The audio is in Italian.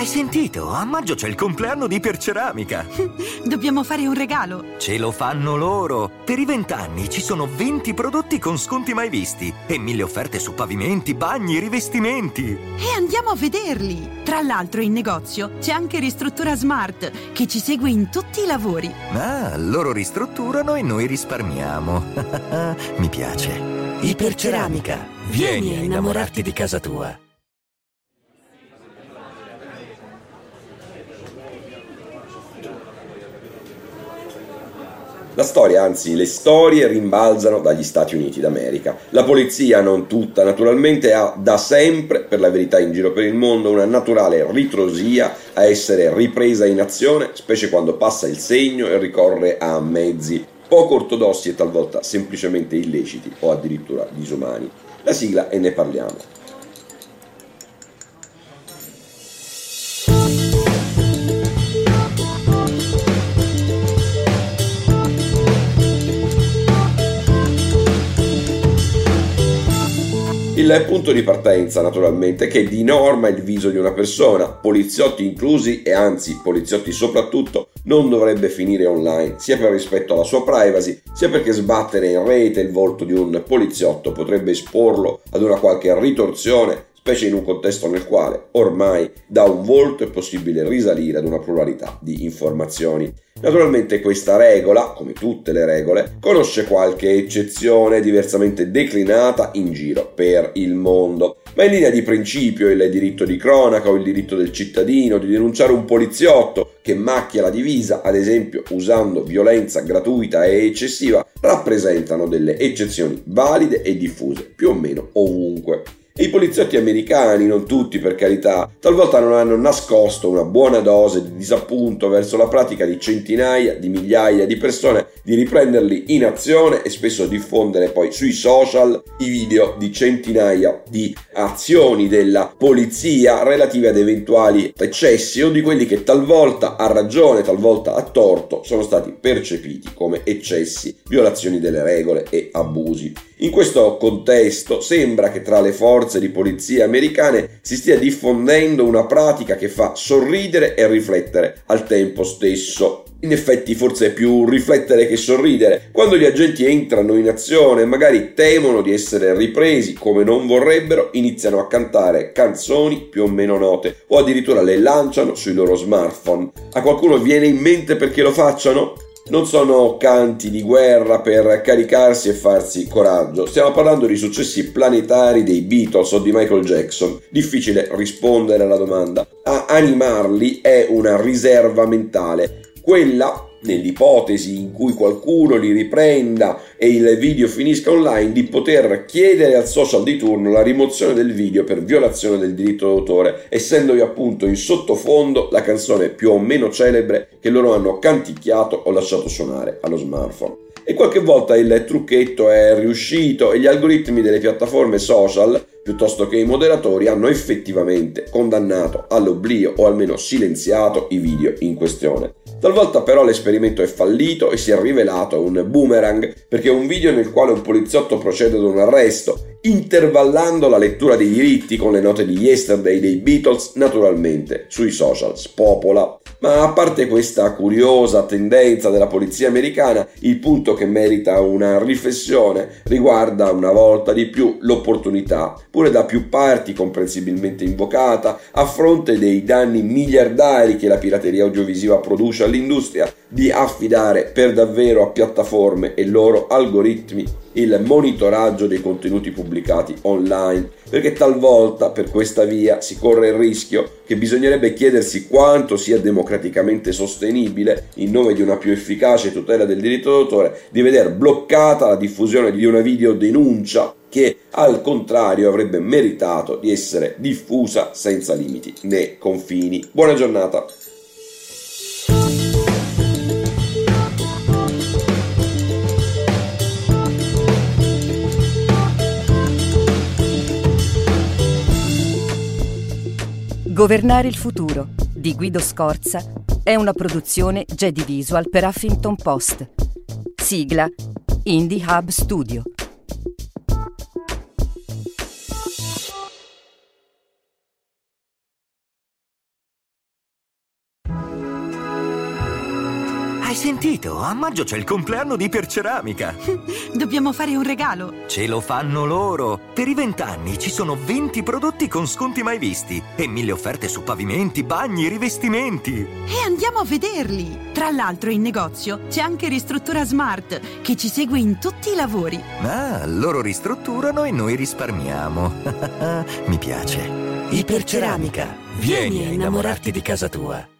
Hai sentito? A maggio c'è il compleanno di Iperceramica. Dobbiamo fare un regalo. Ce lo fanno loro. Per i 20 anni ci sono 20 prodotti con sconti mai visti e 1000 offerte su pavimenti, bagni, rivestimenti. E andiamo a vederli. Tra l'altro in negozio c'è anche Ristruttura Smart che ci segue in tutti i lavori. Ah, loro ristrutturano e noi risparmiamo. Mi piace. Iperceramica. Vieni a innamorarti di casa tua. La storia, anzi le storie, rimbalzano dagli Stati Uniti d'America. La polizia, non tutta naturalmente, ha da sempre, per la verità in giro per il mondo, una naturale ritrosia a essere ripresa in azione, specie quando passa il segno e ricorre a mezzi poco ortodossi e talvolta semplicemente illeciti o addirittura disumani. La sigla e ne parliamo. Il punto di partenza, naturalmente, che di norma è il viso di una persona, poliziotti inclusi e anzi poliziotti soprattutto, non dovrebbe finire online, sia per rispetto alla sua privacy, sia perché sbattere in rete il volto di un poliziotto potrebbe esporlo ad una qualche ritorsione, specie in un contesto nel quale ormai da un volto è possibile risalire ad una pluralità di informazioni. Naturalmente questa regola, come tutte le regole, conosce qualche eccezione diversamente declinata in giro per il mondo, ma in linea di principio il diritto di cronaca o il diritto del cittadino di denunciare un poliziotto che macchia la divisa, ad esempio usando violenza gratuita e eccessiva, rappresentano delle eccezioni valide e diffuse più o meno ovunque. E i poliziotti americani, non tutti per carità, talvolta non hanno nascosto una buona dose di disappunto verso la pratica di centinaia di migliaia di persone di riprenderli in azione e spesso diffondere poi sui social i video di centinaia di azioni della polizia relative ad eventuali eccessi o di quelli che talvolta a ragione, talvolta a torto sono stati percepiti come eccessi, violazioni delle regole e abusi. In questo contesto sembra che tra le forze di polizia americane si stia diffondendo una pratica che fa sorridere e riflettere al tempo stesso. In effetti forse è più riflettere che sorridere. Quando gli agenti entrano in azione e magari temono di essere ripresi come non vorrebbero, iniziano a cantare canzoni più o meno note o addirittura le lanciano sui loro smartphone. A qualcuno viene in mente perché lo facciano? Non sono canti di guerra per caricarsi e farsi coraggio, stiamo parlando di successi planetari dei Beatles o di Michael Jackson. Difficile rispondere alla domanda. A animarli è una riserva mentale, quella, nell'ipotesi in cui qualcuno li riprenda e il video finisca online, di poter chiedere al social di turno la rimozione del video per violazione del diritto d'autore, essendovi appunto in sottofondo la canzone più o meno celebre che loro hanno canticchiato o lasciato suonare allo smartphone. E qualche volta il trucchetto è riuscito e gli algoritmi delle piattaforme social, piuttosto che i moderatori, hanno effettivamente condannato all'oblio o almeno silenziato i video in questione. Talvolta però l'esperimento è fallito e si è rivelato un boomerang, perché un video nel quale un poliziotto procede ad un arresto, intervallando la lettura dei diritti con le note di Yesterday dei Beatles, naturalmente sui social spopola. Ma a parte questa curiosa tendenza della polizia americana, il punto che merita una riflessione riguarda una volta di più l'opportunità, pure da più parti comprensibilmente invocata, a fronte dei danni miliardari che la pirateria audiovisiva produce all'industria, di affidare per davvero a piattaforme e loro algoritmi il monitoraggio dei contenuti pubblicati online, perché talvolta per questa via si corre il rischio che bisognerebbe chiedersi quanto sia democraticamente sostenibile, in nome di una più efficace tutela del diritto d'autore, di veder bloccata la diffusione di una videodenuncia che al contrario avrebbe meritato di essere diffusa senza limiti né confini. Buona giornata! Governare il futuro di Guido Scorza è una produzione Jedi Visual per Huffington Post. Sigla Indie Hub Studio. Hai sentito? A maggio c'è il compleanno di Iperceramica. Dobbiamo fare un regalo. Ce lo fanno loro. Per i 20 anni ci sono 20 prodotti con sconti mai visti e 1000 offerte su pavimenti, bagni, rivestimenti. E andiamo a vederli. Tra l'altro in negozio c'è anche Ristruttura Smart che ci segue in tutti i lavori. Ah, loro ristrutturano e noi risparmiamo. Mi piace. Iperceramica. Vieni a innamorarti di casa tua.